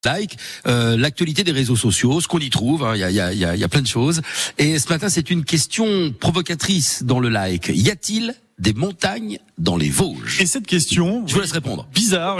Like, l'actualité des réseaux sociaux, ce qu'on y trouve, il y a plein de choses. Et ce matin, c'est une question provocatrice dans le like. Y a-t-il des montagnes dans les Vosges? Et cette question, je vous laisse répondre. Bizarre.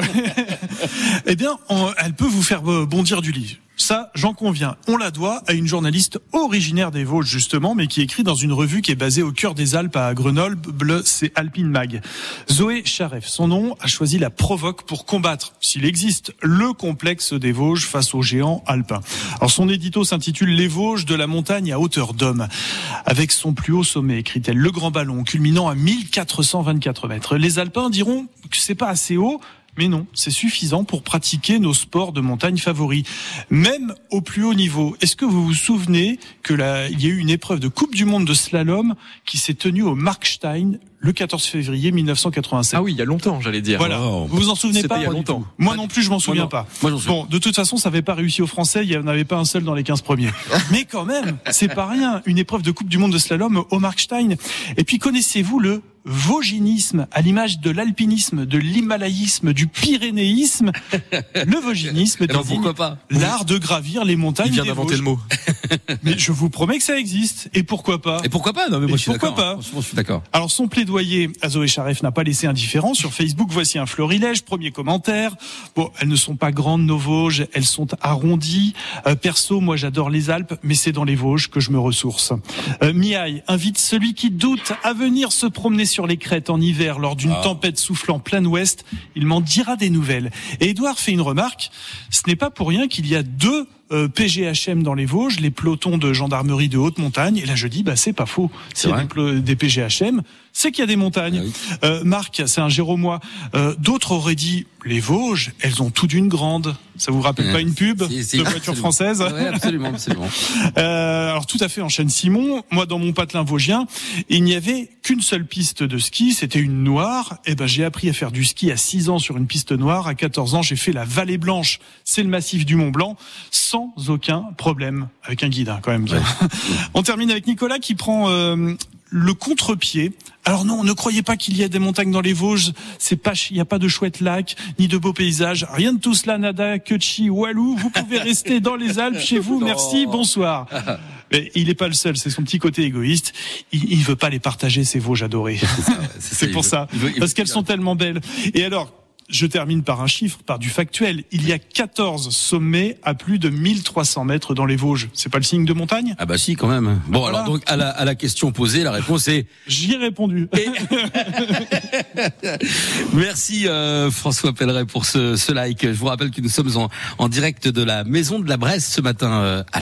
Eh bien, elle peut vous faire bondir du lit. Ça, j'en conviens. On la doit à une journaliste originaire des Vosges, justement, mais qui écrit dans une revue qui est basée au cœur des Alpes à Grenoble, c'est Alpine Mag. Zoé Charef, son nom, a choisi la provoque pour combattre, s'il existe, le complexe des Vosges face aux géants alpins. Alors, son édito s'intitule « Les Vosges de la montagne à hauteur d'homme ». Avec son plus haut sommet, écrit-elle, le Grand Ballon, culminant à 1424 mètres. Les Alpins diront que c'est pas assez haut, mais non, c'est suffisant pour pratiquer nos sports de montagne favoris, même au plus haut niveau. Est-ce que vous vous souvenez il y a eu une épreuve de Coupe du Monde de slalom qui s'est tenue au Markstein le 14 février 1987. Ah oui, il y a longtemps, j'allais dire. Voilà. Vous vous en souvenez pas? Il y a longtemps. Moi non plus, je m'en souviens pas. Moi, bon, de toute façon, ça n'avait pas réussi aux Français. Il n'y en avait pas un seul dans les 15 premiers. Mais quand même, c'est pas rien. Une épreuve de Coupe du Monde de slalom au Markstein. Et puis, connaissez-vous le voginisme, à l'image de l'alpinisme, de l'himalayisme, du pyrénéisme? Le voginisme désigne l'art de gravir les montagnes. Il vient d'inventer le mot. Mais je vous promets que ça existe. Et pourquoi pas? Et pourquoi pas? Non, mais moi, je suis d'accord. Franchement, je suis d'accord. Alors, son plaidoyer à Zoé Charef n'a pas laissé indifférent. Sur Facebook, voici un florilège. Premier commentaire. Bon, elles ne sont pas grandes, nos Vosges. Elles sont arrondies. Perso, moi, j'adore les Alpes, mais c'est dans les Vosges que je me ressource. Miaille invite celui qui doute à venir se promener sur les crêtes en hiver lors d'une tempête soufflant plein ouest. Il m'en dira des nouvelles. Et Édouard fait une remarque. Ce n'est pas pour rien qu'il y a deux PGHM dans les Vosges, les pelotons de gendarmerie de haute montagne. Et là, je dis, c'est pas faux. S'il y a des PGHM, c'est qu'il y a des montagnes. Ah oui. Marc, c'est un Géromois. D'autres auraient dit, les Vosges, elles ont tout d'une grande. Ça vous rappelle pas une pub de voiture française? Oui, absolument. Alors, tout à fait, enchaîne Simon. Moi, dans mon patelin vosgien, il n'y avait qu'une seule piste de ski. C'était une noire. Et j'ai appris à faire du ski à 6 ans sur une piste noire. À 14 ans, j'ai fait la Vallée Blanche. C'est le massif du Mont Blanc. Sans aucun problème. Avec un guide, quand même. Ouais. On termine avec Nicolas qui prend le contre-pied. Alors non, ne croyez pas qu'il y a des montagnes dans les Vosges. Il n'y a pas de chouettes lacs, ni de beaux paysages. Rien de tout cela, nada, que chi, walou. Vous pouvez rester dans les Alpes chez vous. Merci, bonsoir. Mais il n'est pas le seul, c'est son petit côté égoïste. Il veut pas les partager, ces Vosges adorés. C'est pour ça. Parce qu'elles sont tellement belles. Et alors, je termine par un chiffre, par du factuel. Il y a 14 sommets à plus de 1300 mètres dans les Vosges. C'est pas le signe de montagne? Ah si, quand même. Bon, voilà. Alors donc, à la question posée, la réponse est... J'y ai répondu. Merci François Pelleret pour ce like. Je vous rappelle que nous sommes en direct de la Maison de la Bresse ce matin.